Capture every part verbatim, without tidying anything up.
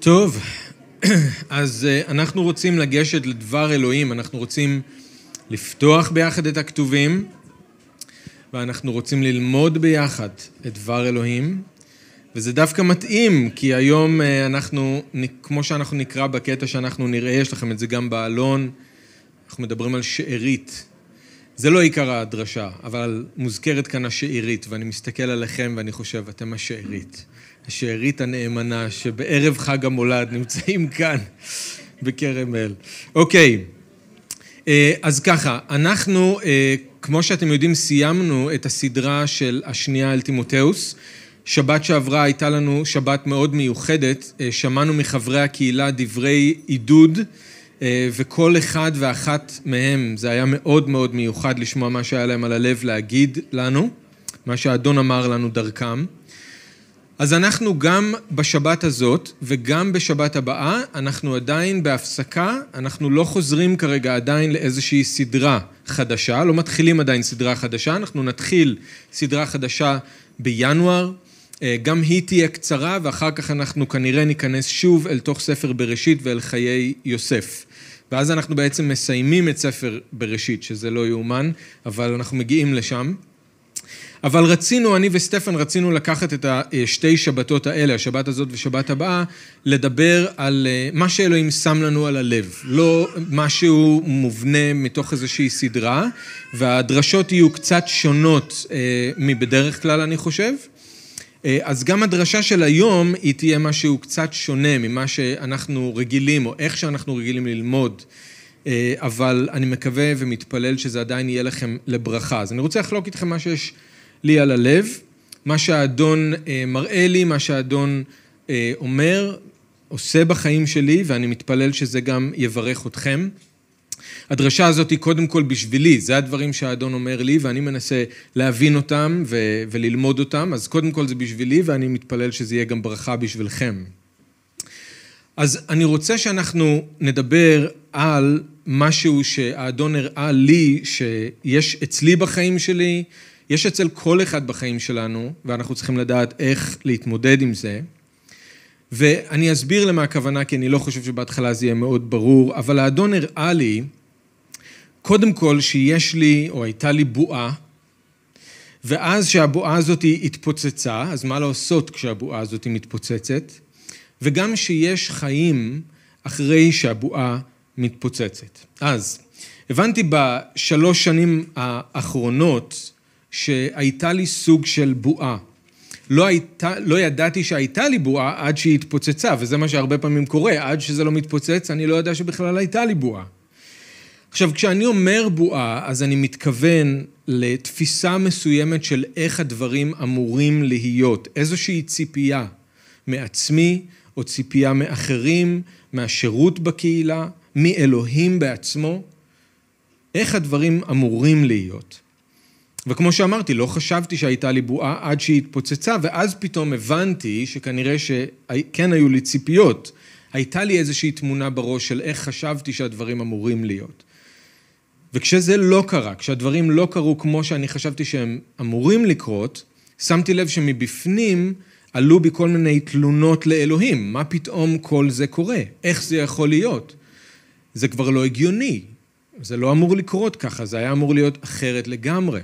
טוב, אז אנחנו רוצים לגשת לדבר אלוהים, אנחנו רוצים לפתוח ביחד את הכתובים, ואנחנו רוצים ללמוד ביחד את דבר אלוהים, וזה דווקא מתאים, כי היום אנחנו, כמו שאנחנו נקרא בקטע שאנחנו נראה, יש לכם את זה גם בעלון, אנחנו מדברים על שארית. זה לא עיקר הדרשה, אבל מוזכרת כאן השארית, ואני מסתכל עליכם ואני חושב, אתם השארית. השארית הנאמנה, שבערב חג המולד נמצאים כאן בכרם אל. אוקיי, אז ככה, אנחנו, כמו שאתם יודעים, סיימנו את הסדרה של השנייה אל תימותאוס. שבת שעברה הייתה לנו שבת מאוד מיוחדת, שמענו מחברי הקהילה דברי עידוד, וכל אחד ואחת מהם, זה היה מאוד מאוד מיוחד לשמוע מה שהיה להם על הלב להגיד לנו, מה שהאדון אמר לנו דרכם. אז אנחנו גם בשבת הזאת וגם בשבת הבאה, אנחנו עדיין בהפסקה, אנחנו לא חוזרים כרגע עדיין לאיזושהי סדרה חדשה, לא מתחילים עדיין סדרה חדשה, אנחנו נתחיל סדרה חדשה בינואר, גם היא תהיה קצרה ואחר כך אנחנו כנראה ניכנס שוב אל תוך ספר בראשית ואל חיי יוסף. ואז אנחנו בעצם מסיימים את ספר בראשית, שזה לא יאומן, אבל אנחנו מגיעים לשם. אבל רצינו, אני וסטפן רצינו לקחת את השתי שבתות האלה, השבת הזאת ושבת הבאה, לדבר על מה שאלוהים שם לנו על הלב. לא משהו מובנה מתוך איזושהי סדרה, והדרשות יהיו קצת שונות מבדרך כלל, אני חושב. אז גם הדרשה של היום היא תהיה משהו קצת שונה ממה שאנחנו רגילים, או איך שאנחנו רגילים ללמוד, אבל אני מקווה ומתפלל שזה עדיין יהיה לכם לברכה. אז אני רוצה לחלוק איתכם מה שיש לי על הלב, מה שהאדון מראה לי, מה שהאדון אומר, עושה בחיים שלי, ואני מתפלל שזה גם יברך אתכם. הדרשה הזאת היא קודם כל בשבילי, זה הדברים שהאדון אומר לי, ואני מנסה להבין אותם ו- וללמוד אותם, אז קודם כל זה בשבילי, ואני מתפלל שזה יהיה גם ברכה בשבילכם. אז אני רוצה שאנחנו נדבר על משהו שהאדון הראה לי, שיש אצלי בחיים שלי, יש אצל כל אחד בחיים שלנו, ואנחנו צריכים לדעת איך להתמודד עם זה. ואני אסביר למה הכוונה, כי אני לא חושב שבהתחלה זה יהיה מאוד ברור, אבל האדון הראה לי, קודם כל שיש לי, או הייתה לי בועה, ואז שהבועה הזאת התפוצצה, אז מה לעשות כשהבועה הזאת מתפוצצת, וגם שיש חיים אחרי שהבועה מתפוצצת. אז הבנתי בשלוש שנים האחרונות, שהייתה לי סוג של בועה. לא, הייתה, לא ידעתי שהייתה לי בועה עד שהיא התפוצצה, וזה מה שהרבה פעמים קורה, עד שזה לא מתפוצץ, אני לא יודע שבכלל הייתה לי בועה. עכשיו, כשאני אומר בועה, אז אני מתכוון לתפיסה מסוימת של איך הדברים אמורים להיות, איזושהי ציפייה מעצמי, או ציפייה מאחרים, מהשירות בקהילה, מאלוהים בעצמו, איך הדברים אמורים להיות. וכמו שאמרתי, לא חשבתי שהייתה לי בועה עד שהיא התפוצצה, ואז פתאום הבנתי שכנראה שכן היו לי ציפיות. הייתה לי איזושהי תמונה בראש של איך חשבתי שהדברים אמורים להיות. וכשזה לא קרה, כשהדברים לא קרו כמו שאני חשבתי שהם אמורים לקרות, שמתי לב שמבפנים עלו בי כל מיני תלונות לאלוהים. מה פתאום כל זה קורה? איך זה יכול להיות? זה כבר לא הגיוני. זה לא אמור לקרות ככה, זה היה אמור להיות אחרת לגמרי.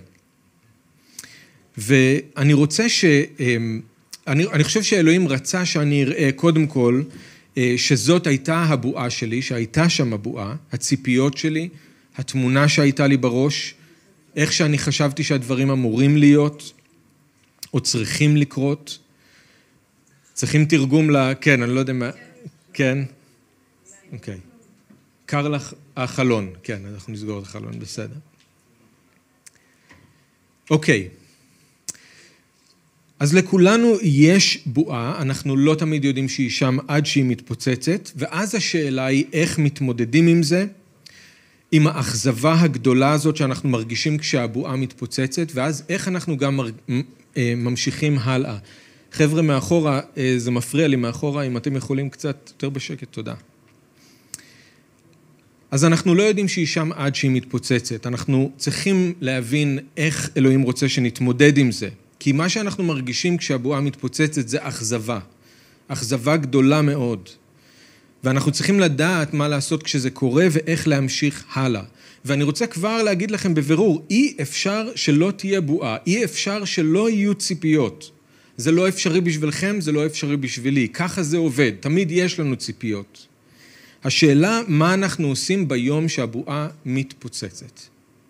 ואני רוצה ש... אני, אני חושב שאלוהים רצה שאני אראה קודם כל שזאת הייתה הבועה שלי, שהייתה שם הבועה, הציפיות שלי, התמונה שהייתה לי בראש, איך שאני חשבתי שהדברים אמורים להיות, או צריכים לקרות. צריכים תרגום ל... כן, אני לא יודע מה... כן? אוקיי. קר לך החלון. כן, אנחנו נסגור את החלון, בסדר. אוקיי. אז לכולנו יש בועה, אנחנו לא תמיד יודעים שהיא שם עד שהיא מתפוצצת, ואז השאלה היא איך מתמודדים עם זה, עם האכזבה הגדולה הזאת שאנחנו מרגישים כשהבועה מתפוצצת, ואז איך אנחנו גם ממשיכים הלאה. חבר'ה מאחורה, זה מפריע לי מאחורה, אם אתם יכולים קצת יותר בשקט, תודה. אז אנחנו לא יודעים שהיא שם עד שהיא מתפוצצת, אנחנו צריכים להבין איך אלוהים רוצה שנתמודד עם זה. כי מה שאנחנו מרגישים כשהבועה מתפוצצת זה אכזבה. אכזבה גדולה מאוד. ואנחנו צריכים לדעת מה לעשות כשזה קורה ואיך להמשיך הלאה. ואני רוצה כבר להגיד לכם בבירור, אי אפשר שלא תהיה בועה, אי אפשר שלא יהיו ציפיות. זה לא אפשרי בשבילכם, זה לא אפשרי בשבילי. ככה זה עובד, תמיד יש לנו ציפיות. השאלה, מה אנחנו עושים ביום שהבועה מתפוצצת?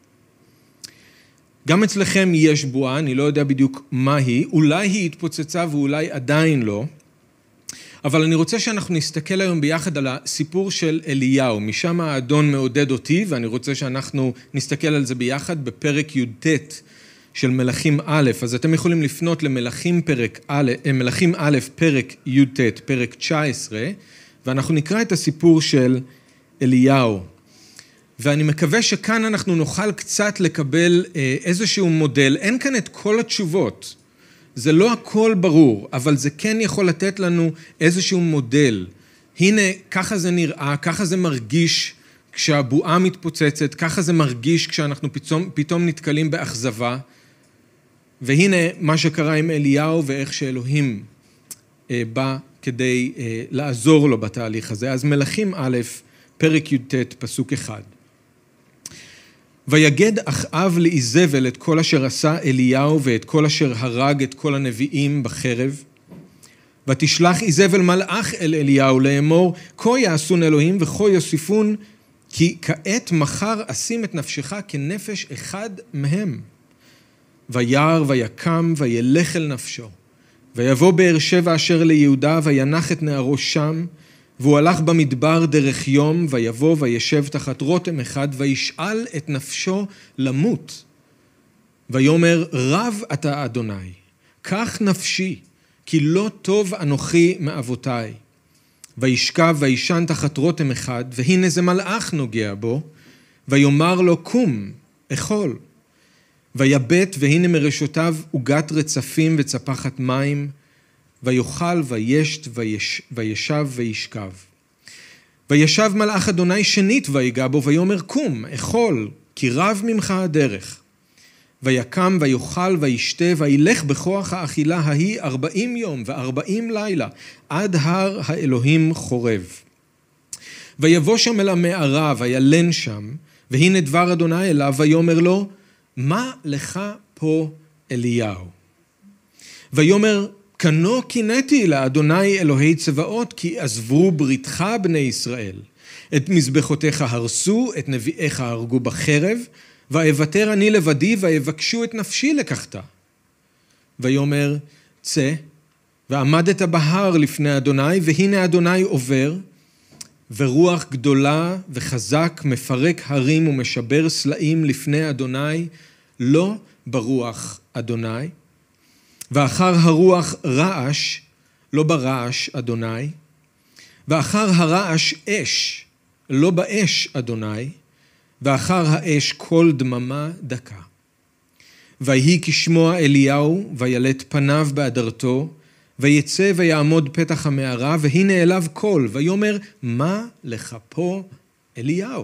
גם אצלכם יש בועה, אני לא יודע בדיוק מה היא, אולי היא התפוצצה ואולי עדיין לא, אבל אני רוצה שאנחנו נסתכל היום ביחד על הסיפור של אליהו, משם האדון מעודד אותי, ואני רוצה שאנחנו נסתכל על זה ביחד בפרק י"ט של מלכים א', אז אתם יכולים לפנות למלכים פרק א', מלכים א', פרק י"ט, פרק תשע עשרה, ואנחנו נקרא את הסיפור של אליהו. ואני מקווה שכאן אנחנו נוכל קצת לקבל איזשהו מודל, אין כאן את כל התשובות, זה לא הכל ברור, אבל זה כן יכול לתת לנו איזשהו מודל. הנה, ככה זה נראה, ככה זה מרגיש כשהבועה מתפוצצת, ככה זה מרגיש כשאנחנו פתאום, פתאום נתקלים באכזבה, והנה מה שקרה עם אליהו ואיך שאלוהים אה, בא כדי אה, לעזור לו בתהליך הזה. אז מלכים א', פרק י"ט, פסוק אחד. ויגד אחאב לאיזבל את כל אשר עשה אליהו ואת כל אשר הרג את כל הנביאים בחרב. ותשלח איזבל מלאך אל אליהו לאמור, כה יעשון אלוהים וכה יוסיפון, כי כעת מחר אשים את נפשך כנפש אחד מהם. וירא ויקם וילך אל נפשו. ויבוא באר שבע אשר ליהודה וינח את נערו שם, והוא הלך במדבר דרך יום, ויבוא וישב תחת רותם אחד, וישאל את נפשו למות. ויאמר, רב אתה אדוני, קח נפשי, כי לא טוב אנוכי מאבותיי. וישכב וישן תחת רותם אחד, והנה זה מלאך נוגע בו, ויאמר לו, קום, אכול. ויבט, והנה מרשותיו עוגת רצפים וצפחת מים, ויאכל וישת ויש, וישב וישכב. וישב מלאך אדוני שנית ויגע בו, ויאמר קום, אכול, כי רב ממך הדרך. ויקם ויאכל וישתה, וילך בכוח האכילה ההיא ארבעים יום וארבעים לילה, עד הר האלוהים חורב. ויבוא שם אל המערה, וילן שם, והנה דבר אדוני אליו, ויאמר לו, מה לך פה אליהו? ויאמר, כנו קינאתי לאדוני אלוהי צבאות, כי עזבו בריתך בני ישראל. את מזבחותיך הרסו, את נביאיך הרגו בחרב, ואבטר אני לבדי, ויבקשו את נפשי לקחתה. ויאמר, צא, ועמדת בהר לפני אדוני, והנה אדוני עובר, ורוח גדולה וחזק מפרק הרים ומשבר סלעים לפני אדוני, לא ברוח אדוני. ואחר הרוח רעש, לא ברעש אדוני, ואחר הרעש אש, לא באש אדוני, ואחר האש כל דממה דקה. ויהי כשמוע אליהו, וילט פניו באדרתו, ויצא ויעמוד פתח המערה, והנה אליו קול, ויאמר, מה לך פה אליהו?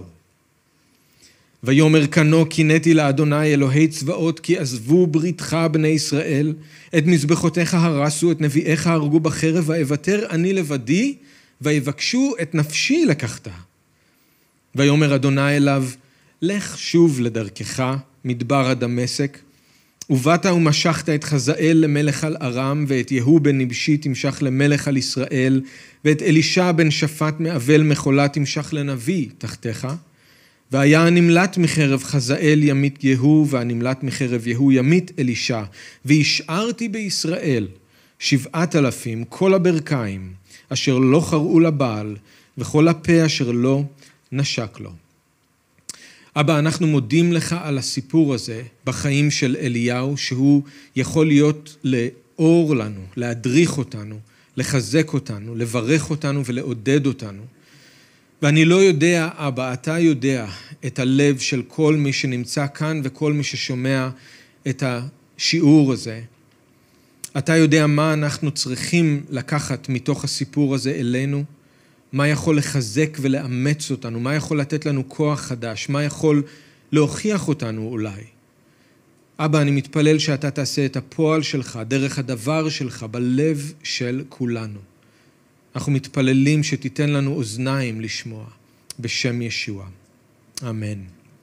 ויאמר כנו קינאתי לאדוני אלוהי צבאות, כי עזבו בריתך בני ישראל, את מזבחותיך הרסו, את נביאיך הרגו בחרב, ואבטר אני לבדי, ויבקשו את נפשי לקחתה. ויאמר אדוני אליו, לך שוב לדרכך, מדבר הדמשק, ובאת ומשכת את חזאל למלך על ארם, ואת יהוא בן נבשי תמשך למלך על ישראל, ואת אלישע בן שפט מאבל מחולה תמשך לנביא תחתיך, והיה הנמלט מחרב חזאל ימית יהוא, והנמלט מחרב יהוא ימית אלישע, והשארתי בישראל שבעת אלפים כל הברכיים, אשר לא חראו לבעל, וכל הפה אשר לא נשק לו. אבא, אנחנו מודים לך על הסיפור הזה בחיים של אליהו, שהוא יכול להיות לאור לנו, להדריך אותנו, לחזק אותנו, לברך אותנו ולעודד אותנו. ואני לא יודע, אבא, אתה יודע את הלב של כל מי שנמצא כאן וכל מי ששומע את השיעור הזה. אתה יודע מה אנחנו צריכים לקחת מתוך הסיפור הזה אלינו, מה יכול לחזק ולאמץ אותנו, מה יכול לתת לנו כוח חדש, מה יכול להוכיח אותנו אולי. אבא, אני מתפלל שאתה תעשה את הפועל שלך, דרך הדבר שלך, בלב של כולנו. אנחנו מתפללים שתיתן לנו אוזניים לשמוע, בשם ישוע. אמן.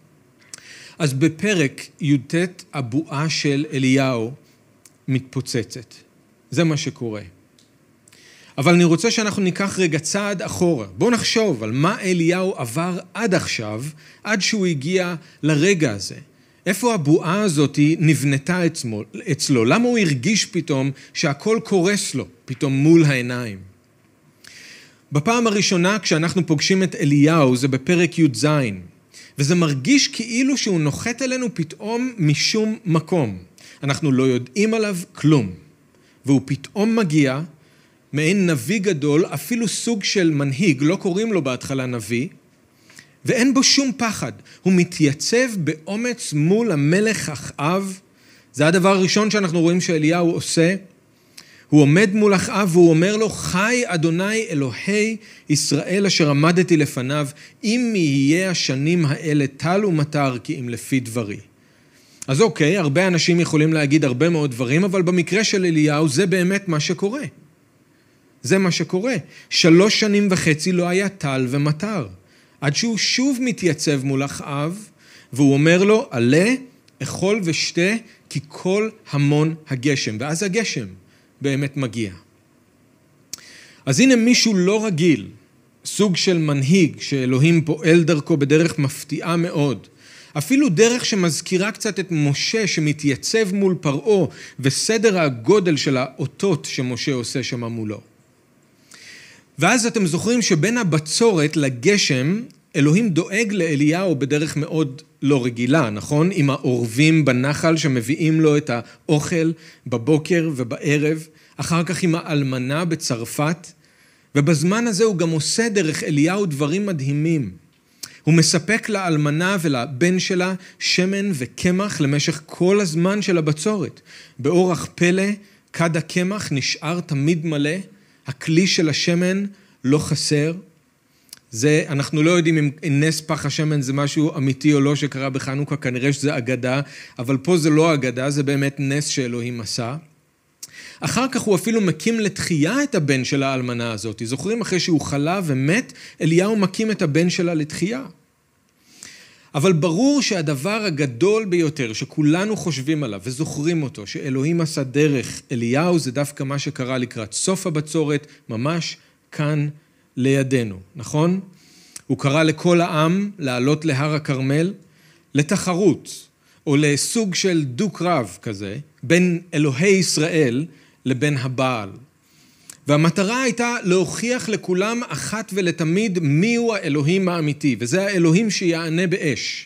אז בפרק י"ט הבועה של אליהו מתפוצצת. זה מה שקורה. אבל אני רוצה שאנחנו ניקח רגע צעד אחורה. בואו נחשוב על מה אליהו עבר עד עכשיו, עד שהוא הגיע לרגע הזה. איפה הבועה הזאת נבנתה אצלו? אצלו? למה הוא הרגיש פתאום שהכל קורס לו, פתאום מול העיניים? בפעם הראשונה כשאנחנו פוגשים את אליהו זה בפרק י"ז, וזה מרגיש כאילו שהוא נוחת אלינו פתאום משום מקום. אנחנו לא יודעים עליו כלום, והוא פתאום מגיע מעין נביא גדול, אפילו סוג של מנהיג, לא קוראים לו בהתחלה נביא, ואין בו שום פחד. הוא מתייצב באומץ מול המלך אחאב. זה הדבר הראשון שאנחנו רואים שאליהו עושה. הוא עומד מול אחאב והוא אומר לו, חי אדוני אלוהי ישראל אשר עמדתי לפניו, אם יהיה השנים האלה טל ומטר כי אם לפי דברי. אז אוקיי, הרבה אנשים יכולים להגיד הרבה מאוד דברים, אבל במקרה של אליהו זה באמת מה שקורה. זה מה שקורה. שלוש שנים וחצי לא היה טל ומטר. עד שהוא שוב מתייצב מול אחאב, והוא אומר לו, עלה, אכול ושתה, כי כל המון הגשם. ואז הגשם באמת מגיע. אז הנה מישהו לא רגיל, סוג של מנהיג, שאלוהים פועל דרכו בדרך מפתיעה מאוד. אפילו דרך שמזכירה קצת את משה שמתייצב מול פרעה, וסדר הגודל של האותות שמשה עושה שם מולו. ואז אתם זוכרים שבין הבצורת לגשם, אלוהים דואג לאליהו בדרך מאוד לא רגילה, נכון? עם העורבים בנחל שמביאים לו את האוכל בבוקר ובערב, אחר כך עם האלמנה בצרפת, ובזמן הזה הוא גם עושה דרך אליהו דברים מדהימים. הוא מספק לאלמנה ולבן שלה שמן וקמח למשך כל הזמן של הבצורת. באורח פלא, כד הקמח נשאר תמיד מלא, הכלי של השמן לא חסר. זה, אנחנו לא יודעים אם נס פח השמן זה משהו אמיתי או לא שקרה בחנוכה, כנראה שזה אגדה, אבל פה זה לא אגדה, זה באמת נס שאלוהים עשה. אחר כך הוא אפילו מקים לתחייה את הבן של האלמנה הזאת. זוכרים אחרי שהוא חלה ומת, אליהו מקים את הבן שלה לתחייה. אבל ברור שהדבר הגדול ביותר שכולנו חושבים עליו וזוכרים אותו, שאלוהים עשה דרך אליהו, זה דווקא מה שקרה לקראת סוף הבצורת, ממש כאן לידינו, נכון? הוא קרא לכל העם לעלות להר הכרמל, לתחרות, או לסוג של דוק רב כזה, בין אלוהי ישראל לבין הבעל. והמטרה הייתה להוכיח לכולם אחת ולתמיד מיהו האלוהים האמיתי, וזה האלוהים שיענה באש.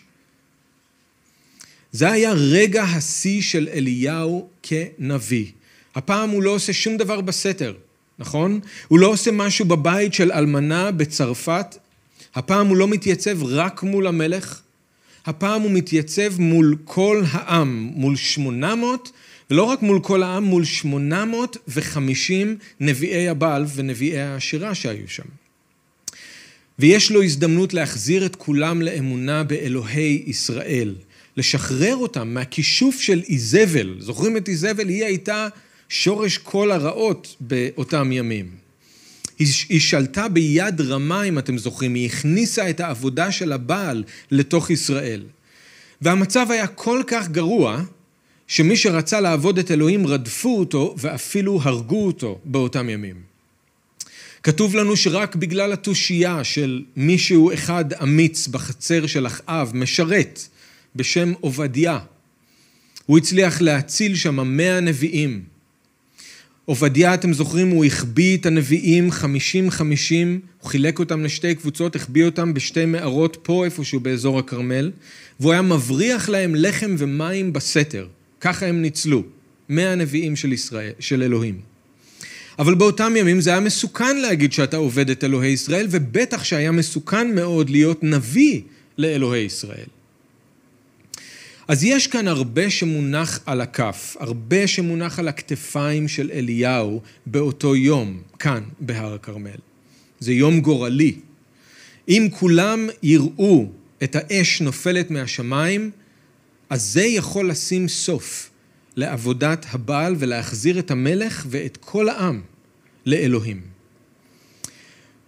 זה היה רגע השיא של אליהו כנביא. הפעם הוא לא עושה שום דבר בסתר, נכון? הוא לא עושה משהו בבית של אלמנה בצרפת. הפעם הוא לא מתייצב רק מול המלך. הפעם הוא מתייצב מול כל העם, מול שמונה מאות, ולא רק מול כל העם, מול שמונה מאות וחמישים נביאי הבעל ונביאי השירה שהיו שם. ויש לו הזדמנות להחזיר את כולם לאמונה באלוהי ישראל, לשחרר אותם מהכישוף של איזבל. זוכרים את איזבל? היא הייתה שורש כל הרעות באותם ימים. היא, היא שלטה ביד רמה, אם אתם זוכרים, היא הכניסה את העבודה של הבעל לתוך ישראל. והמצב היה כל כך גרוע, שמי שרצה לעבוד את אלוהים רדפו אותו ואפילו הרגו אותו באותם ימים. כתוב לנו שרק בגלל התושייה של מישהו אחד אמיץ בחצר של אחאב, משרת בשם עובדיה, הוא הצליח להציל שם מאה נביאים. עובדיה, אתם זוכרים, הוא החביא את הנביאים חמישים חמישים, הוא חילק אותם לשתי קבוצות, החביא אותם בשתי מערות פה איפשהו באזור הכרמל, והוא היה מבריח להם לחם ומים בסתר. ככה הם ניצלו, מאה נביאים של ישראל, של אלוהים. אבל באותם ימים זה היה מסוכן להגיד שאתה עובד את אלוהי ישראל, ובטח שהיה מסוכן מאוד להיות נביא לאלוהי ישראל. אז יש כאן הרבה שמונח על הכף, הרבה שמונח על הכתפיים של אליהו באותו יום, כאן בהר הכרמל. זה יום גורלי. אם כולם יראו את האש נופלת מהשמיים, אז זה יכול לשים סוף לעבודת הבעל ולהחזיר את המלך ואת כל העם לאלוהים.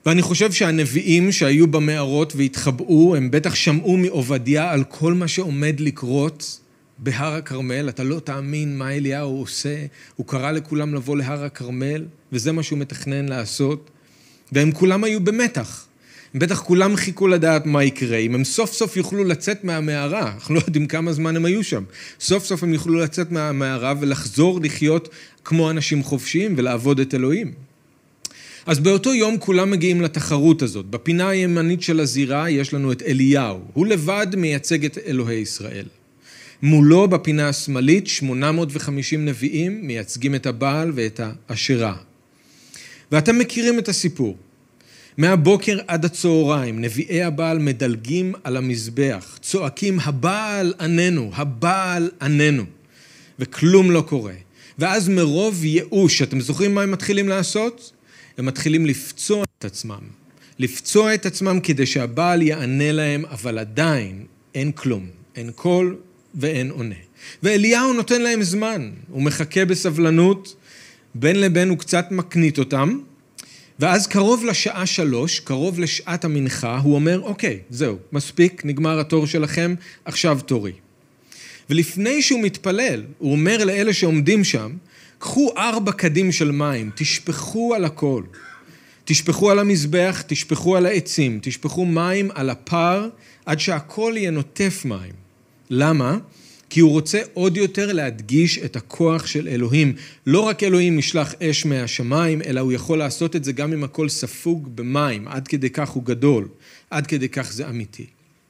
ואני חושב שהנביאים שהיו במערות והתחבאו, הם בטח שמעו מעובדיה על כל מה שעומד לקרות בהר הכרמל. אתה לא תאמין מה אליהו עושה, הוא קרא לכולם לבוא להר הכרמל, וזה מה שהוא מתכנן לעשות. והם כולם היו במתח. בטח כולם חיכו לדעת מה יקרה, אם הם סוף סוף יוכלו לצאת מהמערה, אנחנו לא יודעים כמה זמן הם היו שם, סוף סוף הם יוכלו לצאת מהמערה ולחזור לחיות כמו אנשים חופשיים ולעבוד את אלוהים. אז באותו יום כולם מגיעים לתחרות הזאת, בפינה הימנית של הזירה יש לנו את אליהו, הוא לבד מייצג את אלוהי ישראל. מולו בפינה השמאלית שמונה מאות וחמישים נביאים מייצגים את הבעל ואת האשרה. ואתם מכירים את הסיפור. מהבוקר עד הצהריים, נביאי הבעל מדלגים על המזבח, צועקים, הבעל עננו, הבעל עננו, וכלום לא קורה. ואז מרוב ייאוש, אתם זוכרים מה הם מתחילים לעשות? הם מתחילים לפצוע את עצמם. לפצוע את עצמם כדי שהבעל יענה להם, אבל עדיין אין כלום, אין קול ואין עונה. ואליהו נותן להם זמן, הוא מחכה בסבלנות, בין לבין הוא קצת מקנית אותם, ואז קרוב לשעה שלוש, קרוב לשעת המנחה, הוא אומר, אוקיי, זהו, מספיק, נגמר התור שלכם, עכשיו תורי. ולפני שהוא מתפלל, הוא אומר לאלה שעומדים שם, קחו ארבע קדים של מים, תשפכו על הכל. תשפכו על המזבח, תשפכו על העצים, תשפכו מים על הפר, עד שהכל יהיה נוטף מים. למה? כי הוא רוצה עוד יותר להדגיש את הכוח של אלוהים. לא רק אלוהים ישלח אש מהשמיים, אלא הוא יכול לעשות את זה גם אם הכל ספוג במים. עד כדי כך הוא גדול, עד כדי כך זה אמיתי.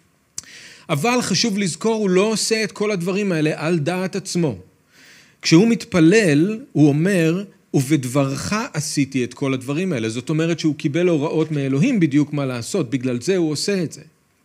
אבל חשוב לזכור, הוא לא עושה את כל הדברים האלה על דעת עצמו. כשהוא מתפלל, הוא אומר, ובדברך עשיתי את כל הדברים האלה. זאת אומרת שהוא קיבל הוראות מאלוהים בדיוק מה לעשות, בגלל זה הוא עושה את זה.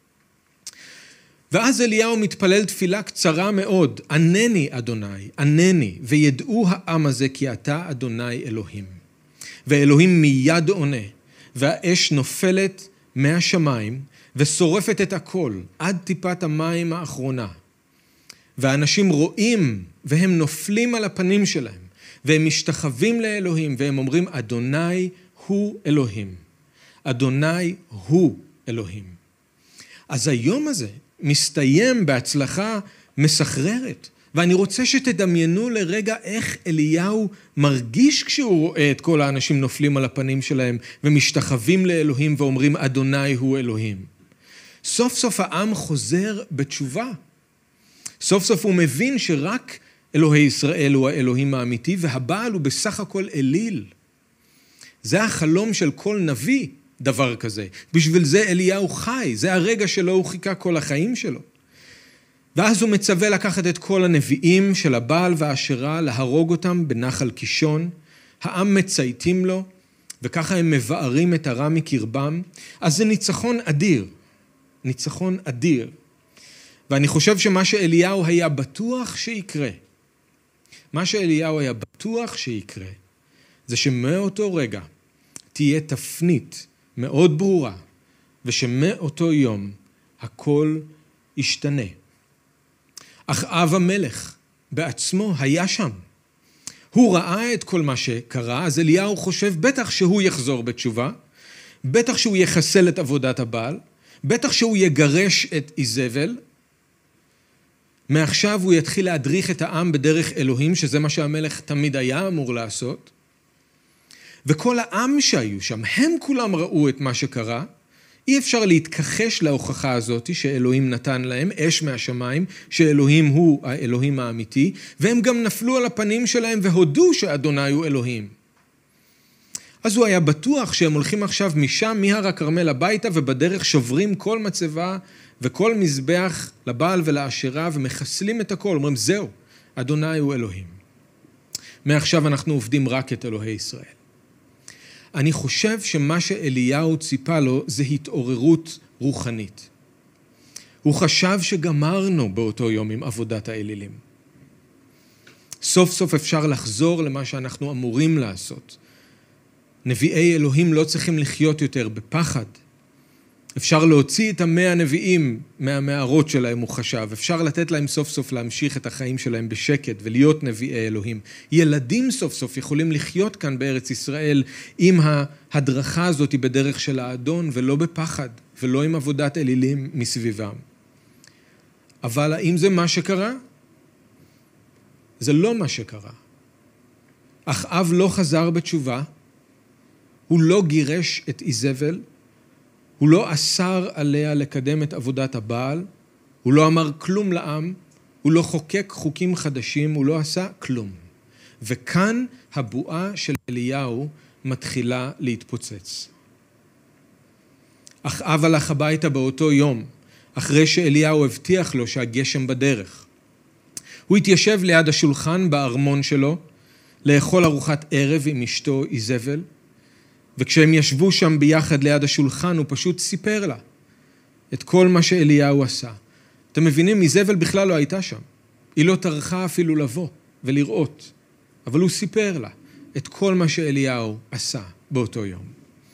ואז אליהו מתפלל תפילה קצרה מאוד, ענני אדוני, ענני, וידעו העם הזה כי אתה אדוני אלוהים. ואלוהים מיד עונה, והאש נופלת מהשמיים, ושורפת את הכל, עד טיפת המים האחרונה. והאנשים רואים, והם נופלים על הפנים שלהם, והם משתחווים לאלוהים, והם אומרים, אדוני הוא אלוהים. אדוני הוא אלוהים. אז היום הזה, מסתיים בהצלחה מסחררת. ואני רוצה שתדמיינו לרגע איך אליהו מרגיש כשהוא רואה את כל האנשים נופלים על הפנים שלהם ומשתחווים לאלוהים ואומרים אדוני הוא אלוהים. סוף סוף העם חוזר בתשובה. סוף סוף הוא מבין שרק אלוהי ישראל הוא האלוהים האמיתי והבעל הוא בסך הכל אליל. זה החלום של כל נביא. דבר כזה. בשביל זה אליהו חי, זה הרגע שלו הוא חיכה כל החיים שלו. ואז הוא מצווה לקחת את כל הנביאים של הבעל והאשרה, להרוג אותם בנחל קישון. העם מצייתים לו, וככה הם מבארים את הרע מקרבם. אז זה ניצחון אדיר, ניצחון אדיר. ואני חושב שמה שאליהו היה בטוח שיקרה, מה שאליהו היה בטוח שיקרה, זה שמאותו רגע תהיה תפנית מאוד ברורה, ושמאותו יום הכל ישתנה. אחאב המלך בעצמו היה שם. הוא ראה את כל מה שקרה, אז אליהו חושב בטח שהוא יחזור בתשובה, בטח שהוא יחסל את עבודת הבעל, בטח שהוא יגרש את איזבל, מעכשיו הוא יתחיל להדריך את העם בדרך אלוהים, שזה מה שהמלך תמיד היה אמור לעשות, וכל העם שהיו שם, הם כולם ראו את מה שקרה, אי אפשר להתכחש להוכחה הזאת שאלוהים נתן להם, אש מהשמיים, שאלוהים הוא האלוהים האמיתי, והם גם נפלו על הפנים שלהם והודו שאדוני הוא אלוהים. אז הוא היה בטוח שהם הולכים עכשיו משם, מהר הכרמל הביתה, ובדרך שוברים כל מצבה וכל מזבח לבעל ולאשרה, ומחסלים את הכל, אומרים זהו, אדוני הוא אלוהים. מעכשיו אנחנו עובדים רק את אלוהי ישראל. אני חושב שמה שאליהו ציפה לו זה התעוררות רוחנית. הוא חשב שגמרנו באותו יום עם עבודת האלילים. סוף סוף אפשר לחזור למה שאנחנו אמורים לעשות. נביאי אלוהים לא צריכים לחיות יותר בפחד. אפשר להוציא את המאה הנביאים מהמערות שלהם, הוא חשב. אפשר לתת להם סוף סוף להמשיך את החיים שלהם בשקט ולהיות נביאי אלוהים. ילדים סוף סוף יכולים לחיות כאן בארץ ישראל עם ההדרכה הזאת בדרך של האדון, ולא בפחד, ולא עם עבודת אלילים מסביבם. אבל האם זה מה שקרה? זה לא מה שקרה. אחאב לא חזר בתשובה, הוא לא גירש את איזבל, הוא לא אסר עליה לקדם את עבודת הבעל, הוא לא אמר כלום לעם, הוא לא חוקק חוקים חדשים, הוא לא עשה כלום. וכאן הבועה של אליהו מתחילה להתפוצץ. אחאב הלך הביתה באותו יום, אחרי שאליהו הבטיח לו שהגשם בדרך. הוא התיישב ליד השולחן בארמון שלו, לאכול ארוחת ערב עם אשתו איזבל, וכשהם ישבו שם ביחד ליד השולחן, הוא פשוט סיפר לה את כל מה שאליהו עשה. אתם מבינים, איזבל בכלל לא הייתה שם. היא לא טרחה אפילו לבוא ולראות, אבל הוא סיפר לה את כל מה שאליהו עשה באותו יום.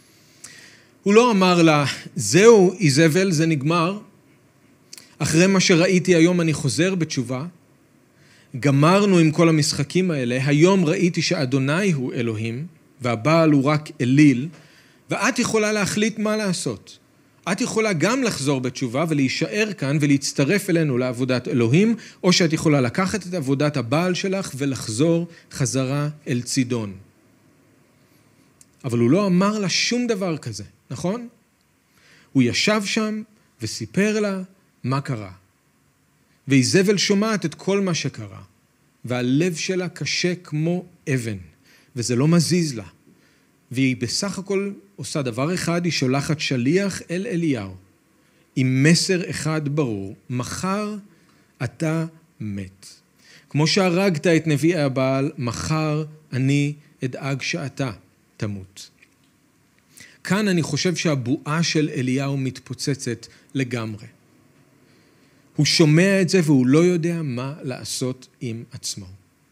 הוא לא אמר לה, זהו איזבל, זה נגמר, אחרי מה שראיתי היום אני חוזר בתשובה, גמרנו עם כל המשחקים האלה, היום ראיתי שאדוני הוא אלוהים, והבעל הוא רק אליל, ואת יכולה להחליט מה לעשות. את יכולה גם לחזור בתשובה ולהישאר כאן ולהצטרף אלינו לעבודת אלוהים, או שאת יכולה לקחת את עבודת הבעל שלך ולחזור חזרה אל צידון. אבל הוא לא אמר לה שום דבר כזה, נכון? הוא ישב שם וסיפר לה מה קרה. ואיזבל שומעת את כל מה שקרה, והלב שלה קשה כמו אבן, וזה לא מזיז לה. והיא בסך הכל עושה דבר אחד, היא שולחת שליח אל אליהו, עם מסר אחד ברור, מחר אתה מת. כמו שהרגת את נביאי הבעל, מחר אני אדאג שאתה תמות. כאן אני חושב שהבועה של אליהו מתפוצצת לגמרי. הוא שומע את זה והוא לא יודע מה לעשות עם עצמו.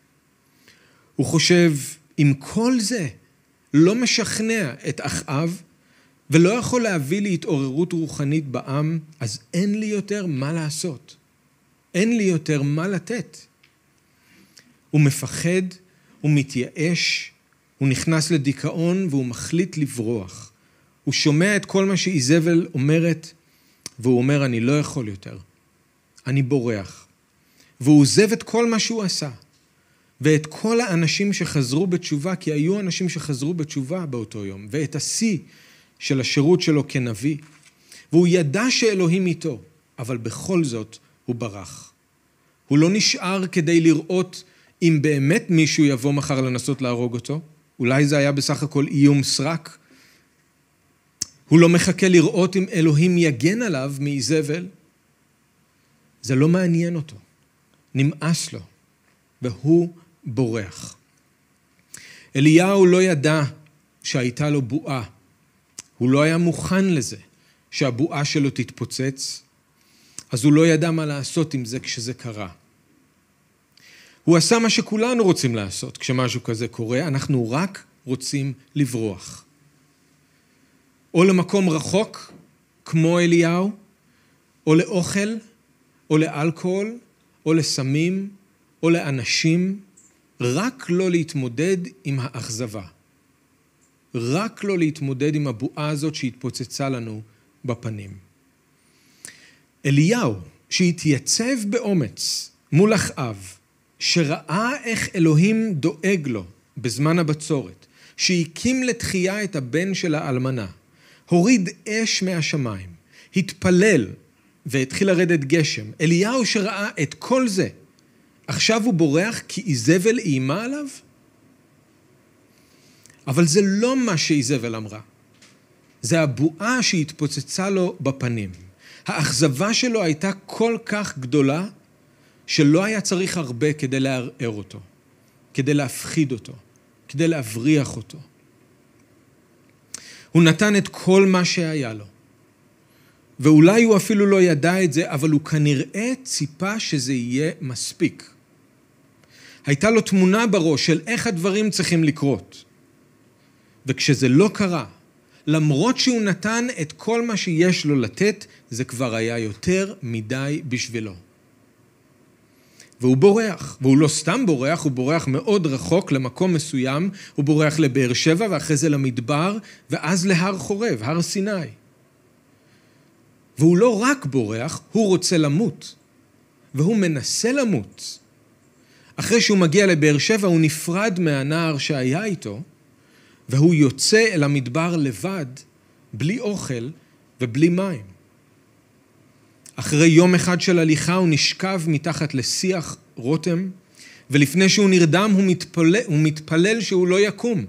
הוא חושב, אם כל זה לא משכנע את אחאב, ולא יכול להביא להתעוררות רוחנית בעם, אז אין לי יותר מה לעשות. אין לי יותר מה לתת. הוא מפחד, הוא מתייאש, הוא נכנס לדיכאון והוא מחליט לברוח. הוא שומע את כל מה שאיזבל אומרת, והוא אומר, אני לא יכול יותר. אני בורח. והוא עוזב את כל מה שהוא עשה. ואת כל האנשים שחזרו בתשובה, כי היו אנשים שחזרו בתשובה באותו יום, ואת השיא של השירות שלו כנביא. והוא ידע שאלוהים איתו, אבל בכל זאת הוא ברח. הוא לא נשאר כדי לראות אם באמת מישהו יבוא מחר לנסות להרוג אותו. אולי זה היה בסך הכל איום סרק. הוא לא מחכה לראות אם אלוהים יגן עליו מאיזבל. זה לא מעניין אותו. נמאס לו. והוא בורח. אליהו לא ידע שהייתה לו בועה. הוא לא היה מוכן לזה שהבועה שלו תתפוצץ. אז הוא לא ידע מה לעשות עם זה כשזה קרה. הוא עשה מה שכולנו רוצים לעשות כשמשהו כזה קורה. אנחנו רק רוצים לברוח. או למקום רחוק, כמו אליהו, או לאוכל, או לאלכוהול, או לסמים, או לאנשים, רק לא להתמודד עם האכזבה. רק לא להתמודד עם הבועה הזאת שהתפוצצה לנו בפנים. אליהו, שהתייצב באומץ מול אחאב, שראה איך אלוהים דואג לו בזמן הבצורת, שהקים לתחייה את הבן של האלמנה, הוריד אש מהשמיים, התפלל והתחיל לרדת גשם. אליהו שראה את כל זה, עכשיו הוא בורח כי איזבל איימה עליו? אבל זה לא מה שאיזבל אמרה. זה הבועה שהתפוצצה לו בפנים. האכזבה שלו הייתה כל כך גדולה, שלא היה צריך הרבה כדי לערער אותו, כדי להפחיד אותו, כדי להבריח אותו. הוא נתן את כל מה שהיה לו. ואולי הוא אפילו לא ידע את זה, אבל הוא כנראה ציפה שזה יהיה מספיק. הייתה לו תמונה בראש של איך הדברים צריכים לקרות. וכשזה לא קרה, למרות שהוא נתן את כל מה שיש לו לתת, זה כבר היה יותר מדי בשבילו. והוא בורח, והוא לא סתם בורח, הוא בורח מאוד רחוק למקום מסוים, הוא בורח לבאר שבע ואחרי זה למדבר, ואז להר חורב, הר סיני. והוא לא רק בורח, הוא רוצה למות, והוא מנסה למות. אחרי שהוא מגיע לבאר שבע, הוא נפרד מהנער שהיה איתו, והוא יוצא אל המדבר לבד, בלי אוכל ובלי מים. אחרי יום אחד של הליכה הוא נשכב מתחת לשיח רותם, ולפני שהוא נרדם הוא מתפלל, הוא מתפלל שהוא לא יקום.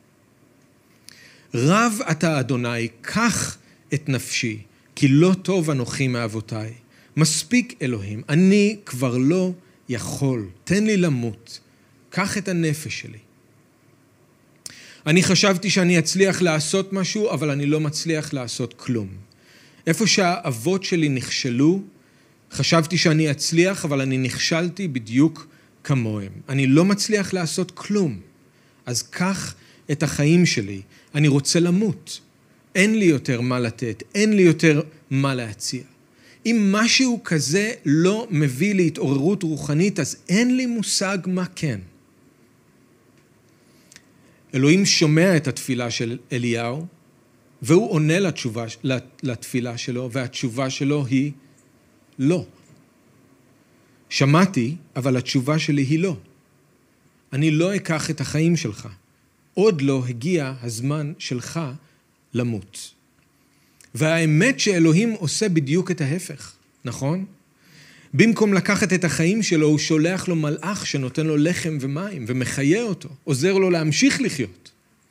רב אתה אדוני, קח את נפשי, כי לא טוב אנוכי מאבותיי. מספיק אלוהים, אני כבר לא יכול, תן לי למות, קח את הנפש שלי. אני חשבתי שאני אצליח לעשות משהו, אבל אני לא מצליח לעשות כלום. איפה שהאבות שלי נכשלו, חשבתי שאני אצליח, אבל אני נכשלתי בדיוק כמוהם. אני לא מצליח לעשות כלום. אז קח את החיים שלי, אני רוצה למות. אין לי יותר מה לתת, אין לי יותר מה להציע. אם משהו כזה לא מביא להתעוררות רוחנית, אז אין לי מושג מה כן. אלוהים שומע את התפילה של אליהו, והוא עונה לתשובה, לתפילה שלו, והתשובה שלו היא לא. שמעתי, אבל התשובה שלי היא לא. אני לא אקח את החיים שלך. עוד לא הגיע הזמן שלך למות. והאמת שאלוהים עושה בדיוק את ההפך, נכון? במקום לקחת את החיים שלו, הוא שולח לו מלאך שנותן לו לחם ומים ומחיה אותו, עוזר לו להמשיך לחיות.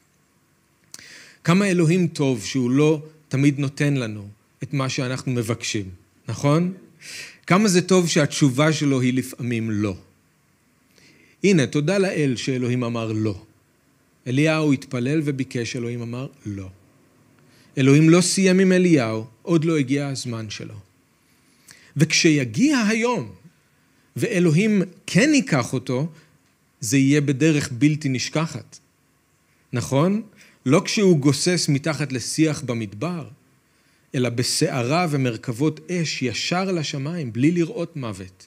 כמה אלוהים טוב שהוא לא תמיד נותן לנו את מה שאנחנו מבקשים, נכון? כמה זה טוב שהתשובה שלו היא לפעמים לא. הנה, תודה לאל שאלוהים אמר לא. אליהו התפלל וביקש, אלוהים אמר לא. אלוהים לא סיים עם אליהו, עוד לא הגיע הזמן שלו. וכשיגיע היום, ואלוהים כן ייקח אותו, זה יהיה בדרך בלתי נשכחת. נכון? לא כשהוא גוסס מתחת לשיח במדבר, אלא בסערה ומרכבות אש ישר לשמיים, בלי לראות מוות.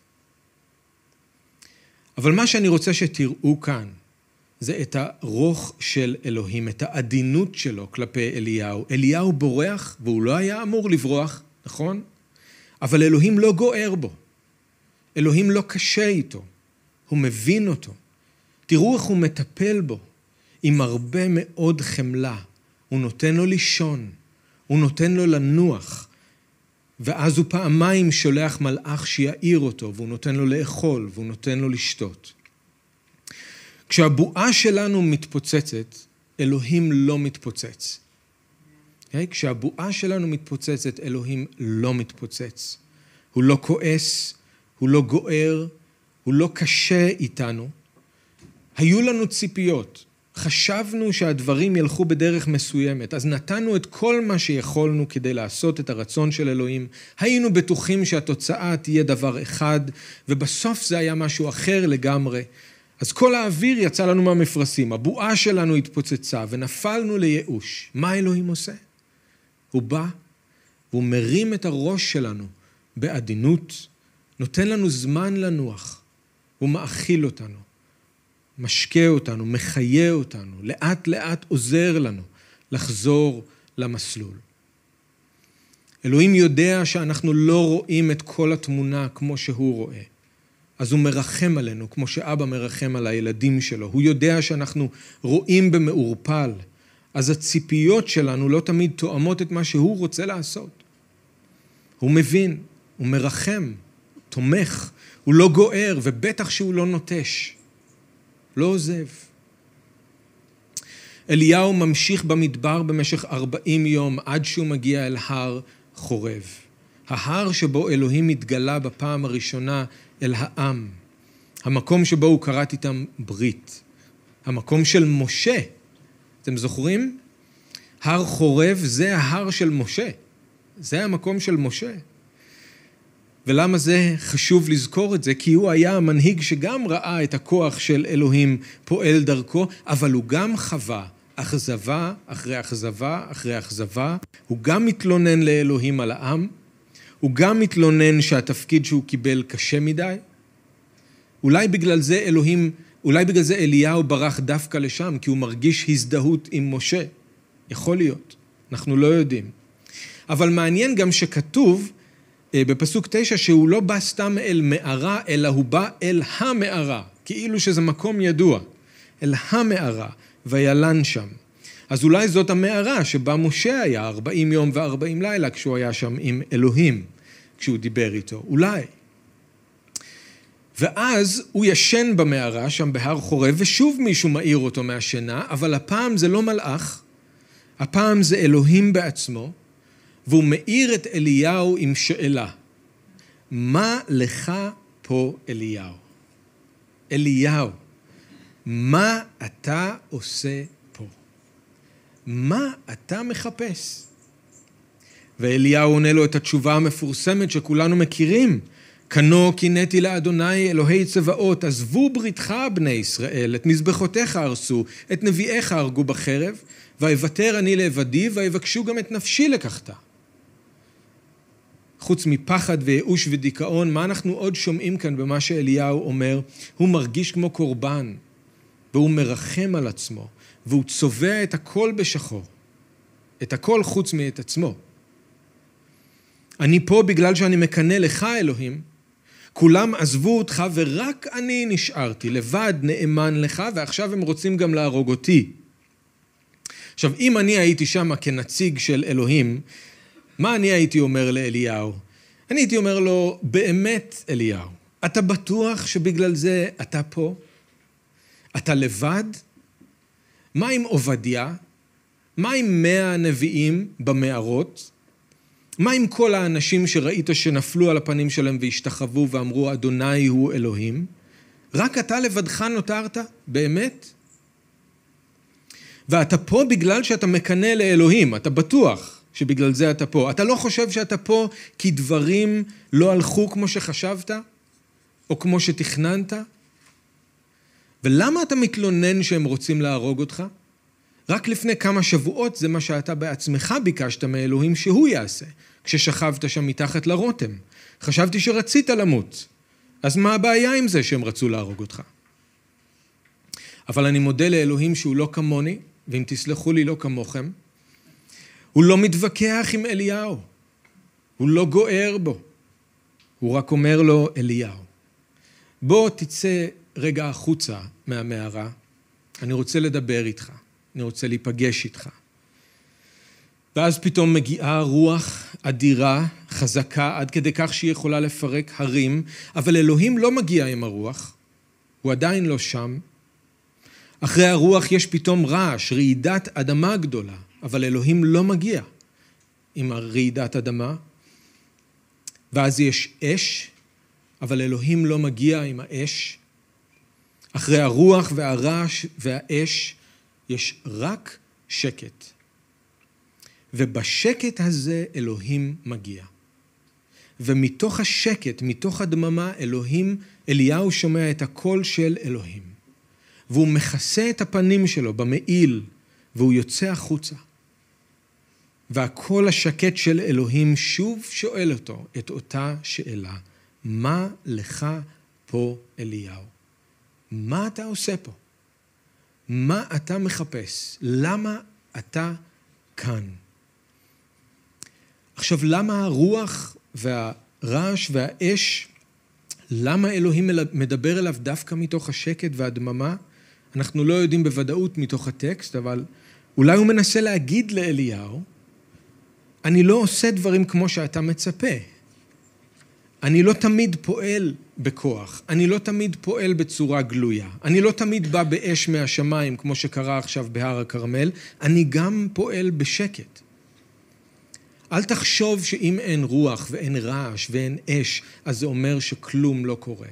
אבל מה שאני רוצה שתראו כאן, זה את הרוח של אלוהים, את העדינות שלו כלפי אליהו. אליהו בורח, והוא לא היה אמור לברוח, נכון? אבל אלוהים לא גוער בו. אלוהים לא קשה איתו. הוא מבין אותו. תראו איך הוא מטפל בו, עם הרבה מאוד חמלה. הוא נותן לו לישון, הוא נותן לו לנוח, ואז הוא פעמיים שולח מלאך שיעיר אותו, והוא נותן לו לאכול, והוא נותן לו לשתות. כשהבועה שלנו מתפוצצת, אלוהים לא מתפוצץ. Okay? כשהבועה שלנו מתפוצצת, אלוהים לא מתפוצץ. הוא לא כועס, הוא לא גוער, הוא לא קשה איתנו. היו לנו ציפיות. חשבנו שהדברים ילכו בדרך מסוימת, אז נתנו את כל מה שיכולנו כדי לעשות את הרצון של אלוהים. היינו בטוחים שהתוצאה תהיה דבר אחד, ובסוף זה היה משהו אחר לגמרי. אז כל האוויר יצא לנו מהמפרשים, הבועה שלנו התפוצצה ונפלנו לייאוש. מה אלוהים עושה? הוא בא והוא מרים את הראש שלנו בעדינות, נותן לנו זמן לנוח, הוא מאכיל אותנו, משקה אותנו, מחיה אותנו, לאט לאט עוזר לנו לחזור למסלול. אלוהים יודע שאנחנו לא רואים את כל התמונה כמו שהוא רואה. אז הוא מרחם עלינו, כמו שאבא מרחם על הילדים שלו. הוא יודע שאנחנו רואים במעורפל, אז הציפיות שלנו לא תמיד תואמות את מה שהוא רוצה לעשות. הוא מבין, הוא מרחם, תומך, הוא לא גוער, ובטח שהוא לא נוטש, לא עוזב. אליהו ממשיך במדבר במשך ארבעים יום, עד שהוא מגיע אל הר חורב. ההר שבו אלוהים התגלה בפעם הראשונה אל העם. המקום שבו הוא קראת איתם ברית. המקום של משה. אתם זוכרים? הר חורב זה ההר של משה. זה המקום של משה. ולמה זה חשוב לזכור את זה? כי הוא היה המנהיג שגם ראה את הכוח של אלוהים פועל דרכו, אבל הוא גם חווה אכזבה אחרי אכזבה אחרי אכזבה, הוא גם מתלונן לאלוהים על העם, הוא גם מתלונן שהתפקיד שהוא קיבל קשה מדי, אולי בגלל זה אלוהים, אולי בגלל זה אליהו ברח דווקא לשם, כי הוא מרגיש הזדהות עם משה. יכול להיות, אנחנו לא יודעים. אבל מעניין גם שכתוב בפסוק תשע שהוא לא בא סתם אל מערה, אלא הוא בא אל המערה, כאילו שזה מקום ידוע, אל המערה, וילן שם. אז אולי זאת המערה שבה משה היה ארבעים יום וארבעים לילה, כשהוא היה שם עם אלוהים, כשהוא דיבר איתו, אולי. ואז הוא ישן במערה שם בהר חורב, ושוב מישהו מעיר אותו מהשינה, אבל הפעם זה לא מלאך, הפעם זה אלוהים בעצמו, והוא מאיר את אליהו עם שאלה. מה לך פה אליהו? אליהו, מה אתה עושה פה? מה אתה מחפש? ואליהו עונה לו את התשובה המפורסמת שכולנו מכירים. כנו קינאתי לאדוני אלוהי צבאות, עזבו בריתך בני ישראל, את מזבחותיך הרסו, את נביאיך הרגו בחרב, ויוותר אני לעבדי, ויבקשו גם את נפשי לקחתה. חוץ מפחד וייאוש ודיכאון, מה אנחנו עוד שומעים כאן במה שאליהו אומר? הוא מרגיש כמו קורבן, והוא מרחם על עצמו, והוא צובע את הכל בשחור, את הכל חוץ מאת עצמו. אני פה בגלל שאני מקנה לך אלוהים, כולם עזבו אותך ורק אני נשארתי, לבד נאמן לך, ועכשיו הם רוצים גם להרוג אותי. עכשיו, אם אני הייתי שם כנציג של אלוהים, מה אני הייתי אומר לאליהו? אני הייתי אומר לו, באמת אליהו, אתה בטוח שבגלל זה אתה פה? אתה לבד? מה עם עובדיה? מה עם מאה הנביאים במערות? מה עם כל האנשים שראית שנפלו על הפנים שלהם והשתחוו ואמרו, אדוני הוא אלוהים? רק אתה לבדך נותרת? באמת? ואתה פה בגלל שאתה מקנה לאלוהים, אתה בטוח שבגלל זה אתה פה. אתה לא חושב שאתה פה כי דברים לא הלכו כמו שחשבת? או כמו שתכננת? ולמה אתה מתלונן שהם רוצים להרוג אותך? רק לפני כמה שבועות זה מה שאתה בעצמך ביקשת מאלוהים שהוא יעשה, כששכבת שם מתחת לרותם. חשבתי שרצית למות. אז מה הבעיה עם זה שהם רצו להרוג אותך? אבל אני מודה לאלוהים שהוא לא כמוני, ואם תסלחו לי לא כמוכם, הוא לא מתווכח עם אליהו, הוא לא גוער בו, הוא רק אומר לו, אליהו, בוא תצא רגע החוצה מהמערה, אני רוצה לדבר איתך, אני רוצה להיפגש איתך. ואז פתאום מגיעה רוח אדירה, חזקה, עד כדי כך שהיא יכולה לפרק הרים, אבל אלוהים לא מגיע עם הרוח, הוא עדיין לא שם. אחרי הרוח יש פתאום רעש, רעידת אדמה גדולה, אבל אלוהים לא מגיע עם הרעידת אדמה. ואז יש אש, אבל אלוהים לא מגיע עם האש. אחרי הרוח והרעש והאש יש רק שקט. ובשקט הזה אלוהים מגיע. ומתוך השקט, מתוך הדממה, אלוהים, אליהו שומע את הקול של אלוהים. והוא מכסה את הפנים שלו במעיל, והוא יוצא החוצה. והקול השקט של אלוהים שוב שואל אותו את אותה שאלה. מה לך פה אליהו? מה אתה עושה פה? מה אתה מחפש? למה אתה כאן? עכשיו, למה הרוח והרעש והאש, למה אלוהים מדבר אליו דווקא מתוך השקט והדממה? אנחנו לא יודעים בוודאות מתוך הטקסט, אבל אולי הוא מנסה להגיד לאליהו, אני לא עושה דברים כמו שאתה מצפה. אני לא תמיד פועל בכוח, אני לא תמיד פועל בצורה גלויה, אני לא תמיד בא באש מהשמיים כמו שקרה עכשיו בהר הכרמל, אני גם פועל בשקט. אל תחשוב שאם אין רוח ואין רעש ואין אש, אז זה אומר שכלום לא קורה.